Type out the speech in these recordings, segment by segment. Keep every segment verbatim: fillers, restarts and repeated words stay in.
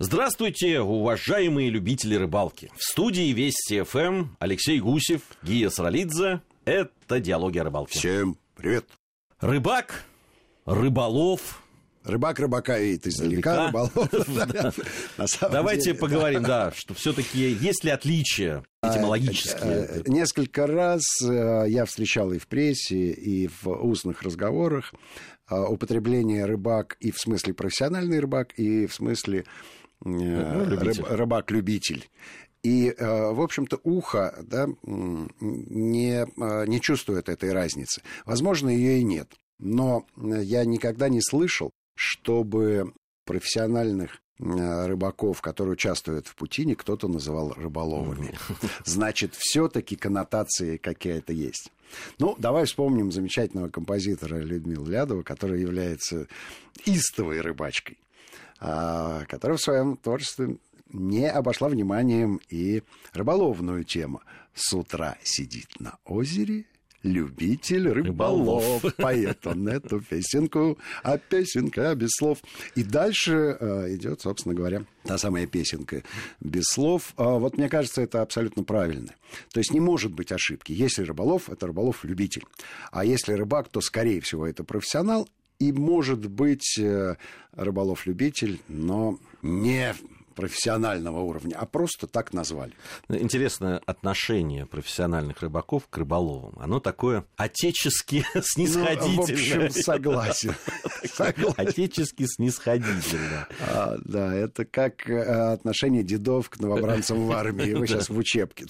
Здравствуйте, уважаемые любители рыбалки. В студии Вести эф эм Алексей Гусев, Гия Саралидзе. Это «Диалоги о рыбалке». Всем привет. Рыбак, рыболов. Рыбак рыбака видит издалека, рыболов. Давайте поговорим, да, что все-таки есть ли отличия этимологические? Несколько раз я встречал и в прессе, и в устных разговорах употребление рыбак и в смысле профессиональный рыбак, и в смысле рыб, рыбак-любитель. И, в общем-то, ухо, да, не, не чувствует этой разницы. Возможно, ее и нет. Но я никогда не слышал, чтобы профессиональных рыбаков, которые участвуют в путине, кто-то называл рыболовами. Значит, все-таки коннотации какие-то есть. Ну, давай вспомним замечательного композитора Людмилу Лядову, которая является истовой рыбачкой, которая в своем творчестве не обошла вниманием и рыболовную тему. С утра сидит на озере любитель рыболов. Поет он эту песенку, а песенка без слов. И дальше э, идет, собственно говоря, та самая песенка без слов. А вот мне кажется, это абсолютно правильно. То есть не может быть ошибки. Если рыболов, это рыболов-любитель. А если рыбак, то, скорее всего, это профессионал. И может быть э, рыболов-любитель, но не профессионального уровня, а просто так назвали. Интересное отношение профессиональных рыбаков к рыболовам. Оно такое отечески снисходительное. Ну, в общем, согласен. Отечески снисходительное. А, да, это как отношение дедов к новобранцам в армии. Вы сейчас в учебке.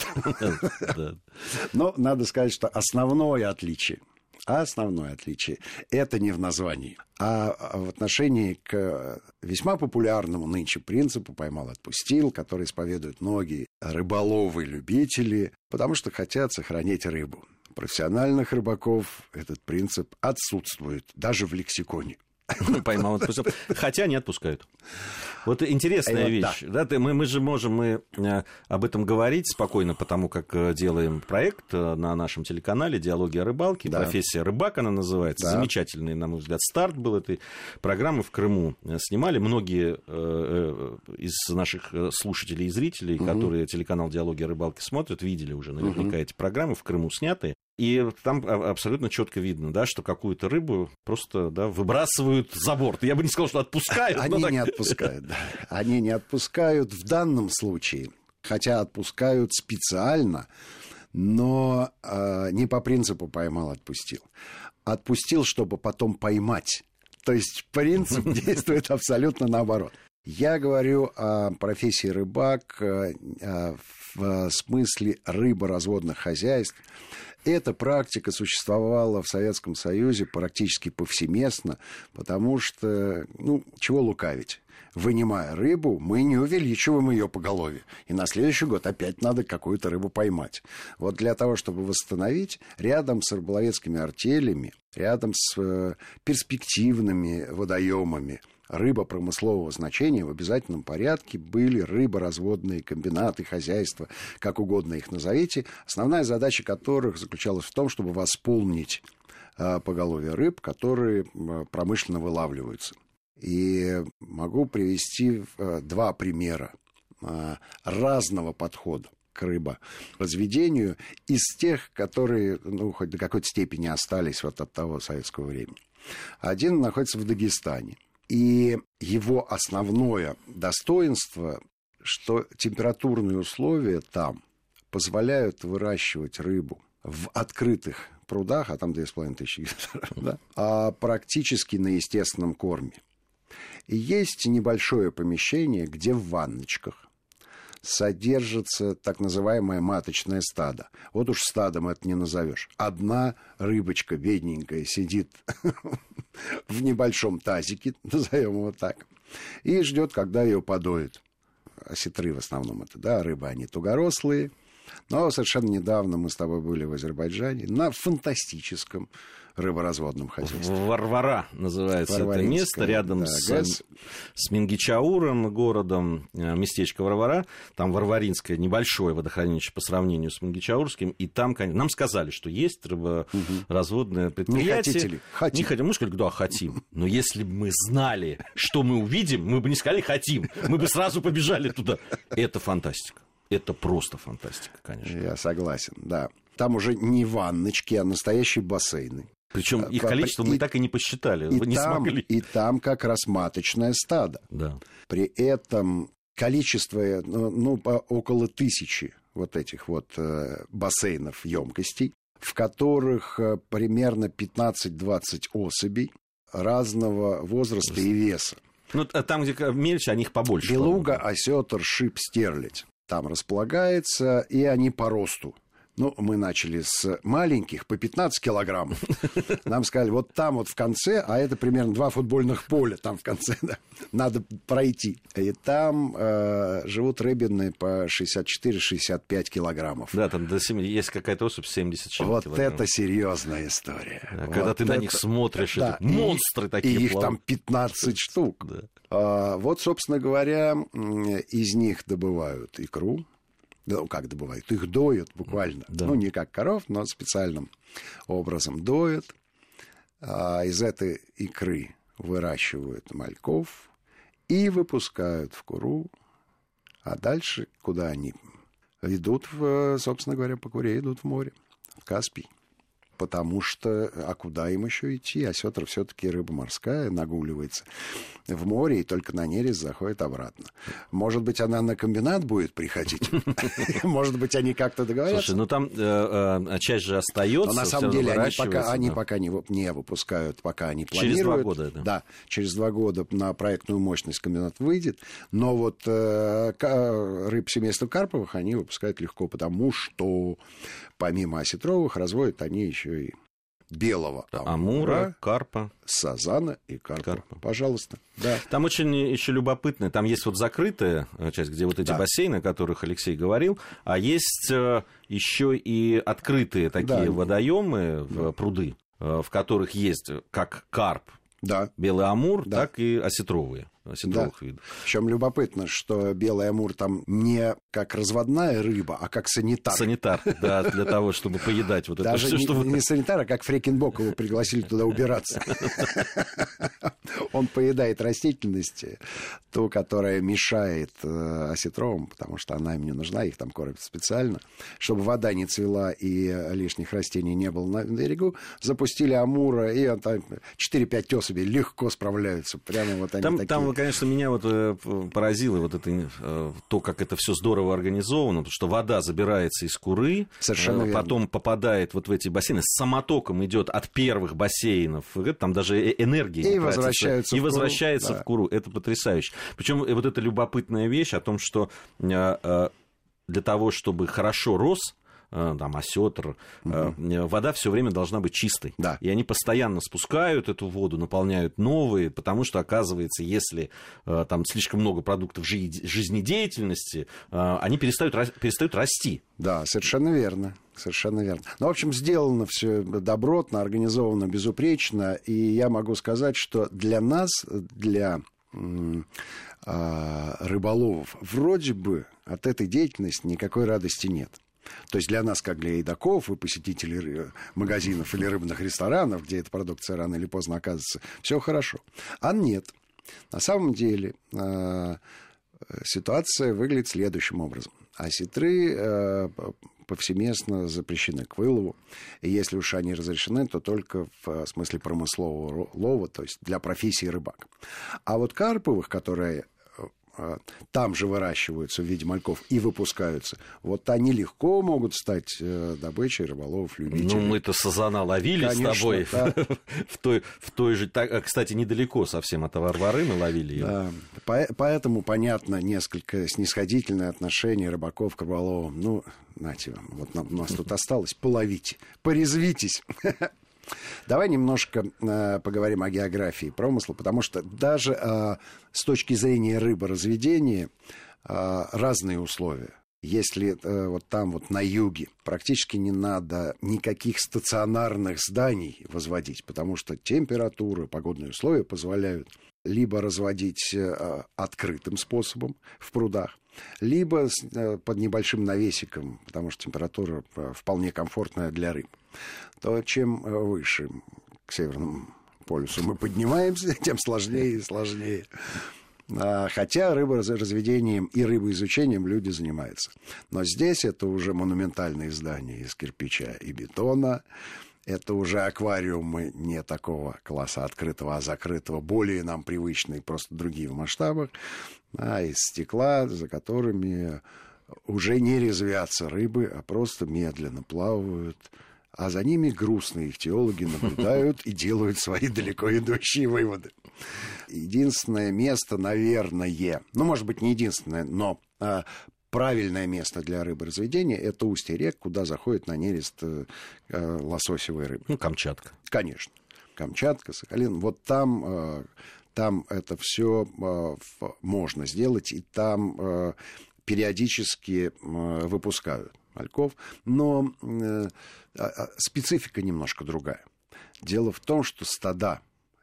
Но надо сказать, что основное отличие, А основное отличие – это не в названии, а в отношении к весьма популярному нынче принципу «поймал-отпустил», который исповедуют многие рыболовы-любители, потому что хотят сохранить рыбу. У профессиональных рыбаков этот принцип отсутствует даже в лексиконе. Поймал, отпустил. Хотя не отпускают. Вот интересная вот вещь. Да. Да, мы, мы же можем мы об этом говорить спокойно, потому как делаем проект на нашем телеканале «Диалоги о рыбалке». Да. «Профессия рыбак» она называется. Да. Замечательный, на мой взгляд, старт был этой программы. В Крыму снимали. Многие э, из наших слушателей и зрителей, угу. которые телеканал «Диалоги о рыбалке» смотрят, видели уже наверняка угу. эти программы в Крыму снятые. И там абсолютно четко видно, да, что какую-то рыбу просто да, выбрасывают за борт. Я бы не сказал, что отпускают. Они так... не отпускают, да. Они не отпускают в данном случае, хотя отпускают специально, но э, не по принципу «поймал-отпустил». Отпустил, чтобы потом поймать. То есть принцип действует абсолютно наоборот. Я говорю о профессии рыбак э, э, в смысле рыборазводных хозяйств. Эта практика существовала в Советском Союзе практически повсеместно, потому что, ну, чего лукавить. Вынимая рыбу, мы не увеличиваем ее поголовье. И на следующий год опять надо какую-то рыбу поймать. Вот для того, чтобы восстановить, рядом с рыболовецкими артелями, рядом с перспективными водоемами, рыба промыслового значения в обязательном порядке были рыборазводные комбинаты, хозяйства, как угодно их назовите, основная задача которых заключалась в том, чтобы восполнить э, поголовье рыб, которые э, промышленно вылавливаются. И могу привести э, два примера э, разного подхода к рыборазведению из тех, которые, ну, хоть до какой-то степени остались вот от того советского времени. Один находится в Дагестане. И его основное достоинство, что температурные условия там позволяют выращивать рыбу в открытых прудах, а там две с половиной тысячи гектаров, да, а практически на естественном корме. И есть небольшое помещение, где в ванночках содержится так называемое маточное стадо. Вот уж стадом это не назовешь. Одна рыбочка бедненькая сидит в небольшом тазике, назовем его так, и ждет, когда ее подоют. Осетры в основном это, да, рыбы, они тугорослые, Но совершенно недавно мы с тобой были в Азербайджане на фантастическом рыборазводном хозяйстве. Варвара называется это место, рядом да, с, с Мингичауром, городом, местечко Варвара. Там варваринское небольшое водохранилище по сравнению с Мингичаурским. И там нам сказали, что есть рыборазводное предприятие. Не хотите ли? Хотим. Не хотим. Мы сказали, да, хотим. Но если бы мы знали, что мы увидим, мы бы не сказали «хотим». Мы бы сразу побежали туда. Это фантастика. Это просто фантастика, конечно. Я согласен, да. Там уже не ванночки, а настоящие бассейны. Причем их количество мы и, так и не посчитали, и не там, смогли. И там как раз маточное стадо. Да. При этом количество, ну, около тысячи вот этих вот бассейнов, емкостей, в которых примерно пятнадцать-двадцать особей разного возраста и веса. Ну, там, где мельче, о них побольше. Белуга, осетр, шип, стерлядь. Там располагается, и они по росту. Ну, мы начали с маленьких, по пятнадцать килограммов. Нам сказали, вот там вот в конце, а это примерно два футбольных поля там в конце, да, надо пройти. И там э, живут рыбины по шестьдесят четыре - шестьдесят пять килограммов. Да, там до семидесяти, есть какая-то особь семьдесят вот килограммов. Это серьезная история. Да, вот когда ты это... на них смотришь, да, это монстры и, такие. И их плавают. там пятнадцать штук. Да. А, вот, собственно говоря, из них добывают икру. Ну, как добывают? Их доют буквально. Да. Ну, не как коров, но специальным образом доют. А из этой икры выращивают мальков и выпускают в Куру. А дальше куда они идут, в, собственно говоря, по Куре идут в море, в Каспий. Потому что, а куда им еще идти? Осетр все-таки рыба морская, нагуливается в море и только на нерест заходит обратно. Может быть, она на комбинат будет приходить? Может быть, они как-то договорятся? Слушай, ну там часть же остается. Но на самом деле они пока не выпускают, пока они планируют. Через два года, да? Да, через два года на проектную мощность комбинат выйдет. Но вот рыб семейства карповых они выпускают легко, потому что помимо осетровых разводят они еще и белого амура, амура, карпа, сазана и карпа. карпа. Пожалуйста. Да. Там очень еще любопытно, там есть вот закрытая часть, где вот эти да. бассейны, о которых Алексей говорил, а есть еще и открытые такие да. водоемы, да. пруды, в которых есть как карп, да. белый амур, да. так и осетровые. осетровых да. видов. Причем любопытно, что белый амур там не как разводная рыба, а как санитар. Санитар, да, для того, чтобы поедать вот это все. Даже что... не санитар, а как Фрекенбок его пригласили туда убираться. Он поедает растительность, ту, которая мешает осетровым, потому что она им не нужна, их там кормят специально. Чтобы вода не цвела и лишних растений не было на берегу, запустили амура, и четыре-пять особей легко справляются. Прямо вот они такие. Там, конечно, меня вот поразило вот это, то, как это все здорово организовано, потому что вода забирается из Куры, совершенно потом верно. попадает вот в эти бассейны, с самотоком идет от первых бассейнов, там даже энергия и возвращается, и в, возвращается Куру. в Куру. Это потрясающе. Причем вот эта любопытная вещь о том, что для того, чтобы хорошо рос там осетр, угу. вода все время должна быть чистой. Да. И они постоянно спускают эту воду, наполняют новые, потому что, оказывается, если там слишком много продуктов жизнедеятельности, они перестают, перестают расти. Да, совершенно верно. Совершенно верно. Ну, в общем, сделано все добротно, организовано безупречно. И я могу сказать, что для нас, для рыболовов, вроде бы от этой деятельности никакой радости нет. То есть для нас, как для едоков и посетителей магазинов или рыбных ресторанов, где эта продукция рано или поздно оказывается, все хорошо. А нет. На самом деле э, ситуация выглядит следующим образом. Осетры э, повсеместно запрещены к вылову. И если уж они разрешены, то только в смысле промыслового лова, то есть для профессии рыбак. А вот карповых, которые там же выращиваются в виде мальков и выпускаются, вот они легко могут стать добычей рыболовов-любителей. Ну, мы-то сазана ловили. Конечно, с тобой да. в, той, в той же... Кстати, недалеко совсем от Варвары мы ловили его. Да. По- поэтому, понятно, несколько снисходительное отношение рыбаков к рыболовам. Ну, нате вам, вот нам, у нас тут осталось, половите, порезвитесь. Давай немножко э, поговорим о географии промысла, потому что даже э, с точки зрения рыборазведения э, разные условия. Если э, вот там вот на юге практически не надо никаких стационарных зданий возводить, потому что температура, погодные условия позволяют либо разводить э, открытым способом в прудах, либо с, э, под небольшим навесиком, потому что температура э, вполне комфортная для рыб, то чем выше к Северному полюсу мы поднимаемся, тем сложнее и сложнее. Хотя рыборазведением и рыбоизучением люди занимаются. Но здесь это уже монументальные здания из кирпича и бетона. Это уже аквариумы не такого класса открытого, а закрытого, более нам привычные, просто другие в масштабах, а из стекла, за которыми уже не резвятся рыбы, а просто медленно плавают. А за ними грустные ихтиологи наблюдают и делают свои далеко идущие выводы. Единственное место, наверное, ну, может быть, не единственное, но а, правильное место для рыборазведения – это устье рек, куда заходит на нерест а, лососевой рыбы. Ну, Камчатка. Конечно. Камчатка, Сахалин. Вот там, а, там это все а, можно сделать, и там а, периодически а, выпускают мальков, но э, специфика немножко другая. Дело в том, что стада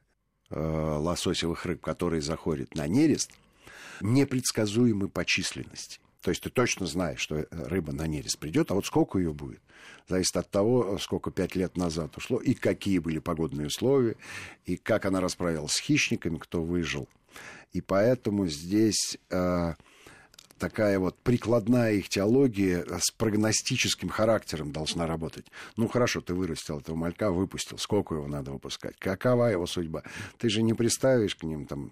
э, лососевых рыб, которые заходят на нерест, непредсказуемы по численности. То есть ты точно знаешь, что рыба на нерест придет, а вот сколько ее будет, зависит от того, сколько пять лет назад ушло, и какие были погодные условия, и как она расправилась с хищниками, кто выжил. И поэтому здесь... Э, такая вот прикладная ихтиология с прогностическим характером должна работать. Ну, хорошо, ты вырастил этого малька, выпустил. Сколько его надо выпускать? Какова его судьба? Ты же не приставишь к ним там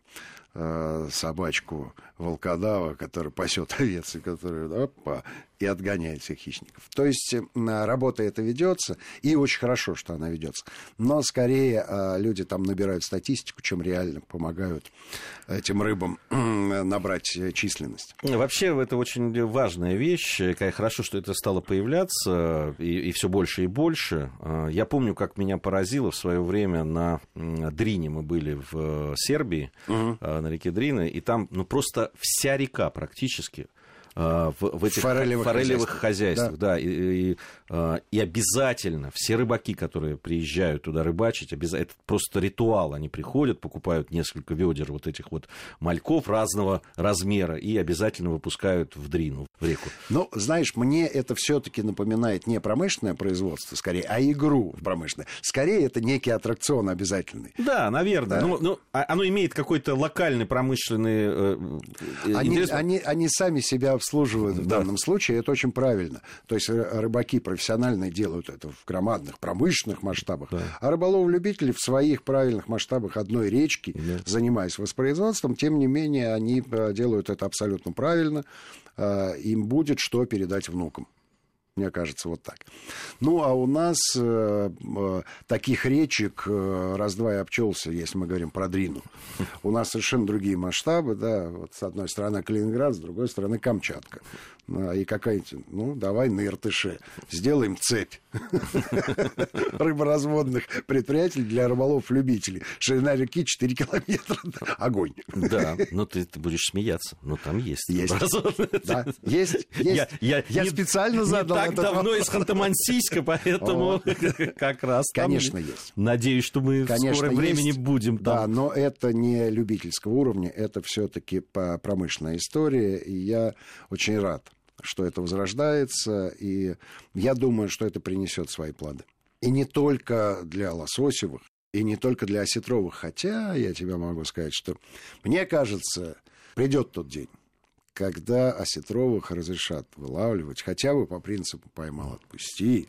э, собачку волкодава, который пасет овец, и который опа, и отгоняет всех хищников. То есть э, работа эта ведется, и очень хорошо, что она ведется. Но скорее э, люди там набирают статистику, чем реально помогают этим рыбам э, набрать численность. Вообще, это очень важная вещь. Хорошо, что это стало появляться, и, и все больше и больше. Я помню, как меня поразило в свое время на Дрине. Мы были в Сербии, угу. на реке Дрина, и там ну, просто вся река практически в, в этих форелевых, форелевых хозяйствах. хозяйствах да. Да, и, и, и обязательно все рыбаки, которые приезжают туда рыбачить, это просто ритуал. Они приходят, покупают несколько ведер вот этих вот мальков разного размера и обязательно выпускают в Дрину, в реку. Ну, знаешь, мне это все-таки напоминает не промышленное производство, скорее, а игру в промышленное. Скорее, это некий аттракцион обязательный. Да, наверное. Да. Ну, ну, оно имеет какой-то локальный промышленный э, они, интерес. Они, они сами себя обслуживают в да. данном случае, это очень правильно. То есть рыбаки профессионально делают это в громадных промышленных масштабах, да. а рыболов-любители в своих правильных масштабах одной речки, да. занимаясь воспроизводством, тем не менее они делают это абсолютно правильно. Им будет что передать внукам. Мне кажется, вот так. Ну, а у нас э, э, таких речек э, раз-два и обчелся, если мы говорим про Дрину. У нас совершенно другие масштабы, да. Вот с одной стороны Калининград, с другой стороны Камчатка. И какая-то, ну, давай на Иртыше сделаем цепь рыборазводных предприятий для рыболов-любителей. Ширина реки четыре километра. Огонь. Да, но ты, ты будешь смеяться. Но там есть. Есть. Да, есть, есть. Я, я, я не, специально задал не так давно вопрос. Из Ханты-Мансийска, поэтому как раз там... Конечно, есть. Надеюсь, что мы Конечно, в скором времени будем там. Да, но это не любительского уровня, это все-таки промышленная история, и я очень рад, что это возрождается, и я думаю, что это принесет свои плоды. И не только для лососевых, и не только для осетровых, хотя я тебе могу сказать, что мне кажется, придет тот день, когда осетровых разрешат вылавливать, хотя бы по принципу «поймал, отпусти»,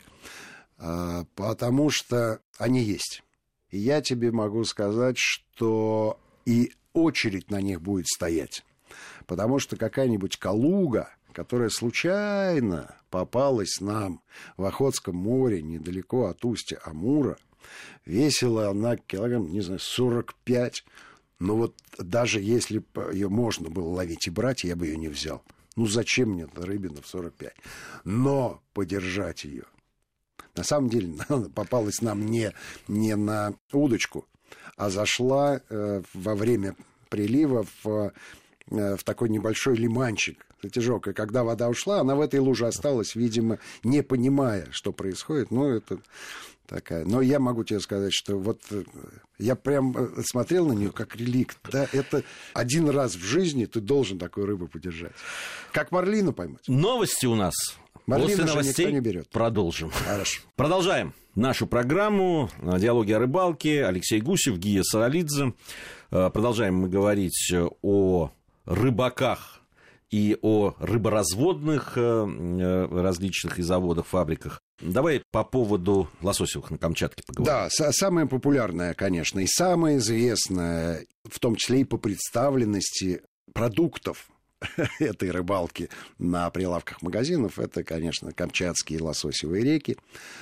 потому что они есть. И я тебе могу сказать, что и очередь на них будет стоять, потому что какая-нибудь Калуга, которая случайно попалась нам в Охотском море, недалеко от устья Амура, весила она килограмм, не знаю, сорок пять. Но вот даже если бы ее можно было ловить и брать, я бы ее не взял. Ну, зачем мне эта рыбина в сорок пять? Но подержать ее. На самом деле, она попалась нам не, не на удочку, а зашла э, во время прилива в в такой небольшой лиманчик, затяжок. И когда вода ушла, она в этой луже осталась, видимо, не понимая, что происходит. Ну, это такая. Но я могу тебе сказать, что вот я прям смотрел на нее как реликт. Да, это один раз в жизни ты должен такую рыбу подержать. Как марлину поймать. Новости у нас. Марлина После же новостей никто не берет. Продолжим. Хорошо. Продолжаем нашу программу «Диалоги о рыбалке». Алексей Гусев, Гия Саралидзе. Продолжаем мы говорить о рыбаках и о рыборазводных различных и заводах, фабриках. Давай по поводу лососевых на Камчатке поговорим. Да, самое популярное, конечно, и самое известное, в том числе и по представленности продуктов этой рыбалки на прилавках магазинов, это, конечно, камчатские лососевые реки.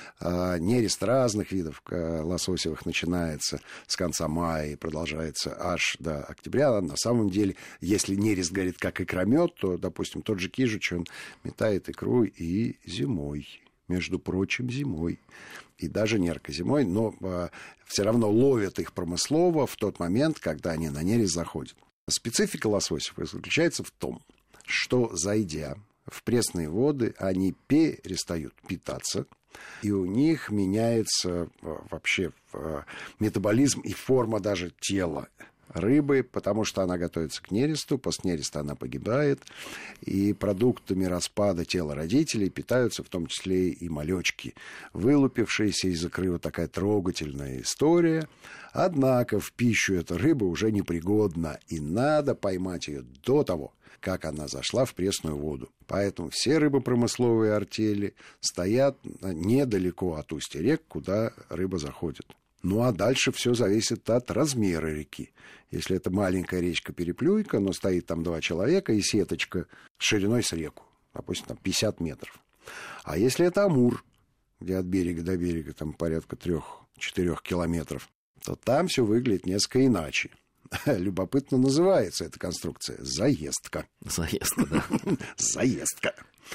Нерест разных видов лососевых начинается с конца мая и продолжается аж до октября. На самом деле, если нерест горит как икромет, то, допустим, тот же Кижич, он метает икру и зимой. Между прочим, зимой. И даже не только зимой, но все равно ловят их промыслово в тот момент, когда они на нерест заходят. Специфика лососев заключается в том, что, зайдя в пресные воды, они перестают питаться, и у них меняется вообще метаболизм и форма даже тела рыбы, потому что она готовится к нересту, после нереста она погибает, и продуктами распада тела родителей питаются в том числе и малечки, вылупившиеся из икры. Вот такая трогательная история. Однако в пищу эта рыба уже непригодна, и надо поймать ее до того, как она зашла в пресную воду. Поэтому все рыбопромысловые артели стоят недалеко от устья рек, куда рыба заходит. Ну, а дальше все зависит от размера реки. Если это маленькая речка-переплюйка, но стоит там два человека и сеточка шириной с реку, допустим, там пятьдесят метров. А если это Амур, где от берега до берега там порядка трех-четырех километров, то там все выглядит несколько иначе. Любопытно называется эта конструкция «заездка». Заездка, да. Заездка.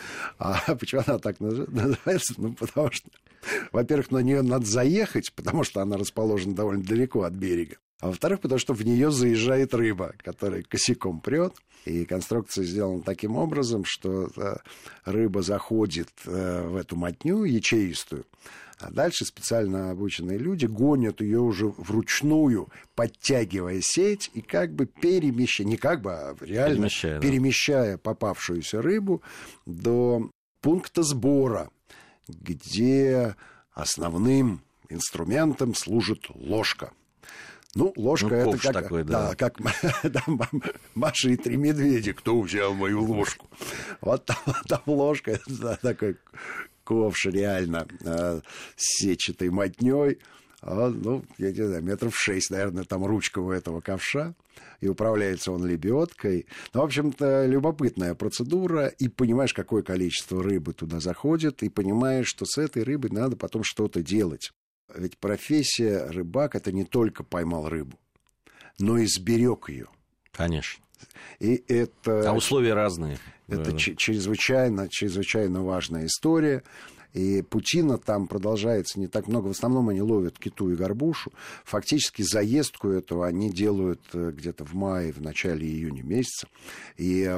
А почему она так называется? Ну, потому что, во-первых, на нее надо заехать, потому что она расположена довольно далеко от берега. А во-вторых, потому что в нее заезжает рыба, которая косяком прет. И конструкция сделана таким образом, что рыба заходит в эту мотню ячеистую, а дальше специально обученные люди гонят ее уже вручную, подтягивая сеть и как бы перемещая, не как бы, а реально перемещая, да. перемещая попавшуюся рыбу до пункта сбора, где основным инструментом служит ложка. Ну, ложка ну, это как, такой, да. Да, как да, Маша и три медведя. Кто взял мою ложку? Вот там, там ложка, это такой ковш реально с сетчатой мотней. Ну, я не знаю, метров шесть, наверное, там ручка у этого ковша. И управляется он лебедкой. Ну, в общем-то, любопытная процедура. И понимаешь, какое количество рыбы туда заходит. И понимаешь, что с этой рыбой надо потом что-то делать. Ведь профессия рыбак — это не только поймал рыбу, но и сберег ее. Конечно. И это, а условия разные. Это да. чрезвычайно, чрезвычайно важная история. И пучина там продолжается не так много. В основном они ловят киту и горбушу. Фактически заездку этого они делают где-то в мае, в начале июня месяца. И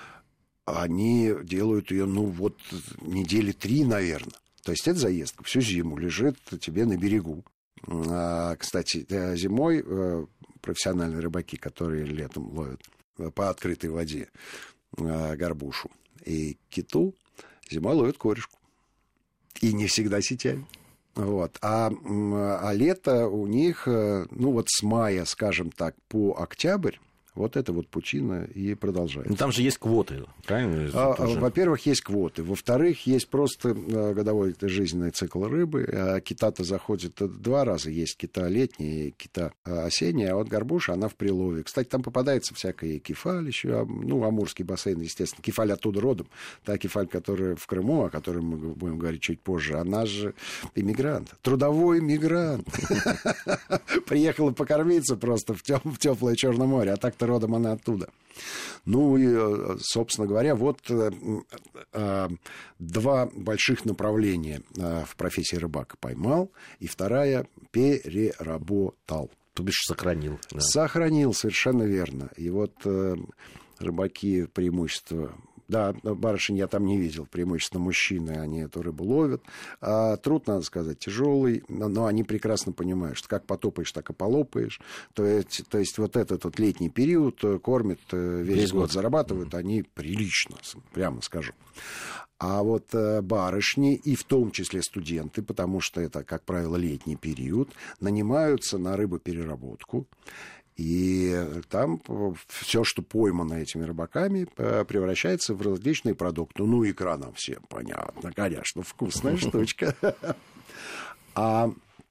они делают ее, ну, вот недели три, наверное. То есть это заездка всю зиму лежит тебе на берегу. А, кстати, зимой профессиональные рыбаки, которые летом ловят по открытой воде горбушу и киту, зимой ловят корешку. И не всегда сетями. Вот. А, а лето у них, ну вот с мая, скажем так, по октябрь, вот это вот пучина и продолжается. Ну, там же есть квоты, правильно? А, во-первых, есть квоты. Во-вторых, есть просто годовой жизненный цикл рыбы. А кита-то заходит два раза. Есть кита летняя и кита осенняя. А вот горбуша, она в прилове. Кстати, там попадается всякая кефаль еще. Ну, Амурский бассейн, естественно. Кефаль оттуда родом. Та кефаль, которая в Крыму, о которой мы будем говорить чуть позже, она же иммигрант. Трудовой иммигрант. Приехала покормиться просто в теплое Черное море. А так родом она оттуда. Ну и, собственно говоря, вот э, э, два больших направления э, в профессии рыбака поймал, и вторая переработал. То бишь сохранил. Да. Сохранил, совершенно верно. И вот э, рыбаки преимущество... Да, барышень я там не видел, преимущественно мужчины, они эту рыбу ловят. А труд, надо сказать, тяжелый, но они прекрасно понимают, что как потопаешь, так и полопаешь. То есть, то есть вот этот вот летний период кормят весь, весь год, год, зарабатывают они прилично, прямо скажу. А вот барышни, и в том числе студенты, потому что это, как правило, летний период, нанимаются на рыбопереработку. И там все, что поймано этими рыбаками, превращается в различные продукты. Ну, икра нам всем понятно, конечно, вкусная штучка. А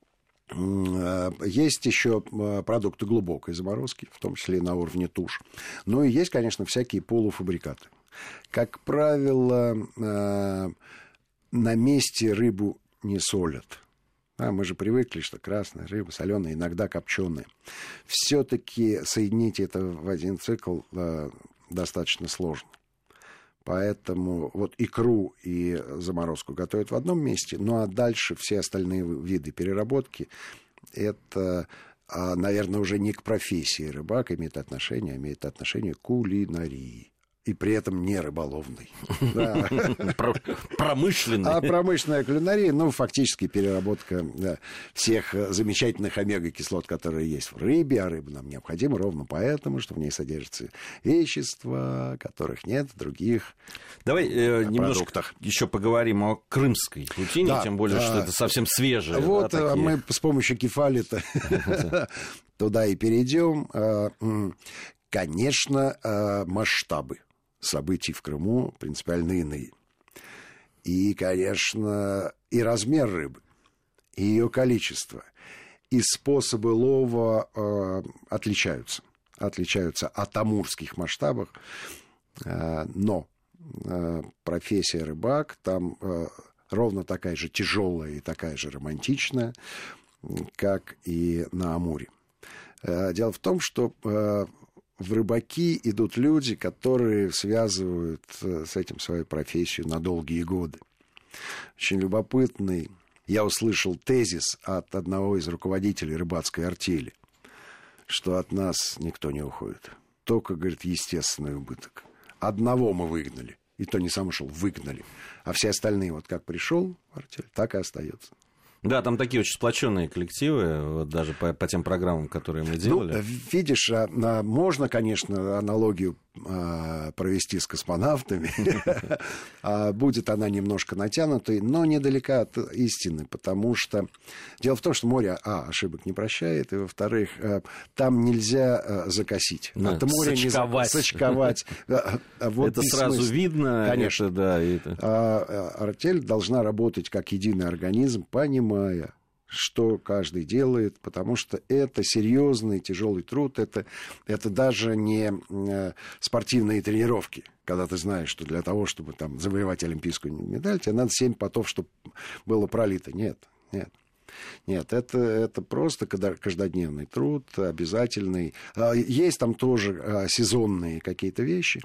есть еще продукты глубокой заморозки, в том числе и на уровне туш. Ну, и есть, конечно, всякие полуфабрикаты. Как правило, на месте рыбу не солят. А мы же привыкли, что красная рыба, соленая, иногда копченая. Все-таки соединить это в один цикл э, достаточно сложно. Поэтому вот икру и заморозку готовят в одном месте, ну а дальше все остальные виды переработки, это, э, наверное, уже не к профессии рыбак имеет отношение, а имеет отношение к кулинарии. И при этом не рыболовный. Промышленный. А промышленная кулинария, ну, фактически переработка да, всех замечательных омега-кислот, которые есть в рыбе. А рыба нам необходима ровно поэтому, что в ней содержатся вещества, которых нет в других Давай э, немножко еще поговорим о крымской паутине, да, тем более, да. что это совсем свежее. Вот да, мы с помощью кефалита туда и перейдем. Конечно, масштабы событий в Крыму принципиально иные. И, конечно, и размер рыбы, и ее количество, и способы лова э, отличаются. Отличаются от амурских масштабов. Э, но э, профессия рыбак там э, ровно такая же тяжелая и такая же романтичная, как и на Амуре. Э, дело в том, что... Э, В рыбаки идут люди, которые связывают с этим свою профессию на долгие годы. Очень любопытный. Я услышал тезис от одного из руководителей рыбацкой артели, что от нас никто не уходит. Только, говорит, естественный убыток. Одного мы выгнали. И то не сам ушел, выгнали. А все остальные, вот как пришел в артель, так и остается. Да, там такие очень сплоченные коллективы, вот даже по, по тем программам, которые мы делали. Ну, видишь, можно, конечно, аналогию провести с космонавтами. Будет она немножко натянутой, но недалека от истины, потому что дело в том, что море, а, ошибок не прощает, и, во-вторых, там нельзя закосить. От моря не сочковать. Это сразу видно. Конечно. Да. Артель должна работать как единый организм, понимая, что каждый делает, потому что это серьезный, тяжелый труд, это, это даже не спортивные тренировки, когда ты знаешь, что для того, чтобы там, завоевать олимпийскую медаль, тебе надо семь потов, чтобы было пролито. Нет, нет. Нет, это, это просто каждодневный труд, обязательный. Есть там тоже сезонные какие-то вещи,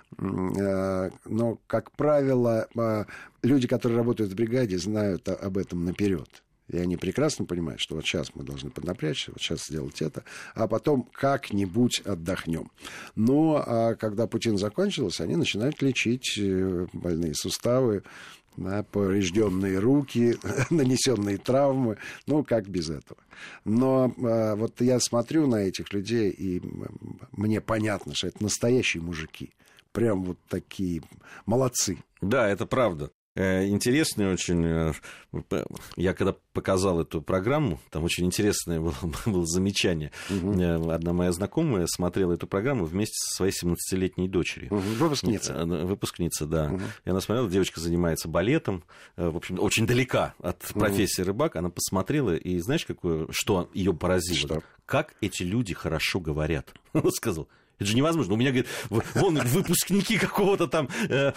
но, как правило, люди, которые работают в бригаде, знают об этом наперед. И они прекрасно понимают, что вот сейчас мы должны поднапрячься, вот сейчас сделать это, а потом как-нибудь отдохнем. Но а когда Путин закончился, они начинают лечить больные суставы, да, поврежденные руки, нанесенные травмы. Ну, как без этого. Но а, вот я смотрю на этих людей, и мне понятно, что это настоящие мужики. Прям вот такие молодцы. Да, это правда. Интересный очень. Я когда показал эту программу, там очень интересное было, было замечание. Угу. Одна моя знакомая смотрела эту программу вместе со своей семнадцатилетней дочерью. Угу. Выпускница. Выпускница, да. Угу. И она смотрела, девочка занимается балетом, в общем, очень далека от профессии рыбак. Она посмотрела, и знаешь, какое, что ее поразило? Что? Как эти люди хорошо говорят. Он сказал... Это же невозможно. У меня, говорит, вон выпускники какого-то там э,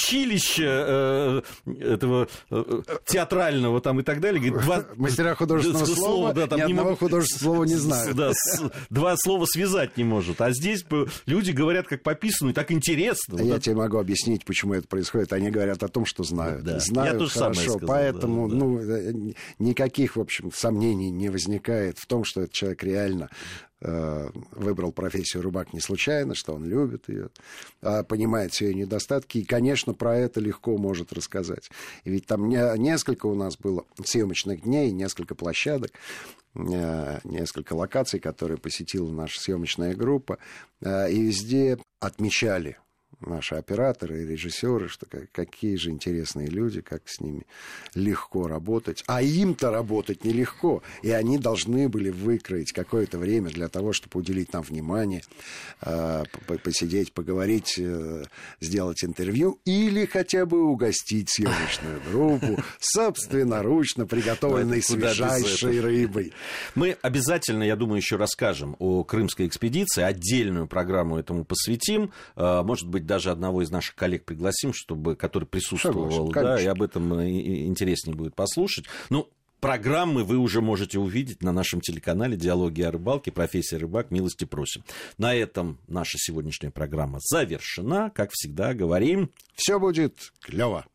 училища э, этого э, театрального там и так далее. Говорит, два... Мастера художественного слова, слова да, там ни одного могут... художественного слова не знают. Да, с... Два слова связать не может. А здесь люди говорят как по писану, и так интересно. А вот я это... тебе могу объяснить, почему это происходит. Они говорят о том, что знают. Да. Знают я тоже хорошо. Сказал, поэтому да, да. Ну, никаких, в общем, сомнений не возникает в том, что этот человек реально выбрал профессию рыбак не случайно, что он любит ее, понимает все ее недостатки, и, конечно, про это легко может рассказать. И ведь там несколько у нас было съемочных дней, несколько площадок, несколько локаций, которые посетила наша съемочная группа, и везде отмечали наши операторы и режиссеры, что какие же интересные люди, как с ними легко работать. А им-то работать нелегко. И они должны были выкроить какое-то время для того, чтобы уделить нам внимание, посидеть, поговорить, сделать интервью или хотя бы угостить съемочную группу собственноручно приготовленной свежайшей рыбой. Мы обязательно, я думаю, еще расскажем о крымской экспедиции, отдельную программу этому посвятим. Может быть, даже одного из наших коллег пригласим, чтобы, который присутствовал, да, и об этом интереснее будет послушать. Ну, программы вы уже можете увидеть на нашем телеканале «Диалоги о рыбалке». Профессия рыбак, милости просим. На этом наша сегодняшняя программа завершена. Как всегда говорим... Все будет клево.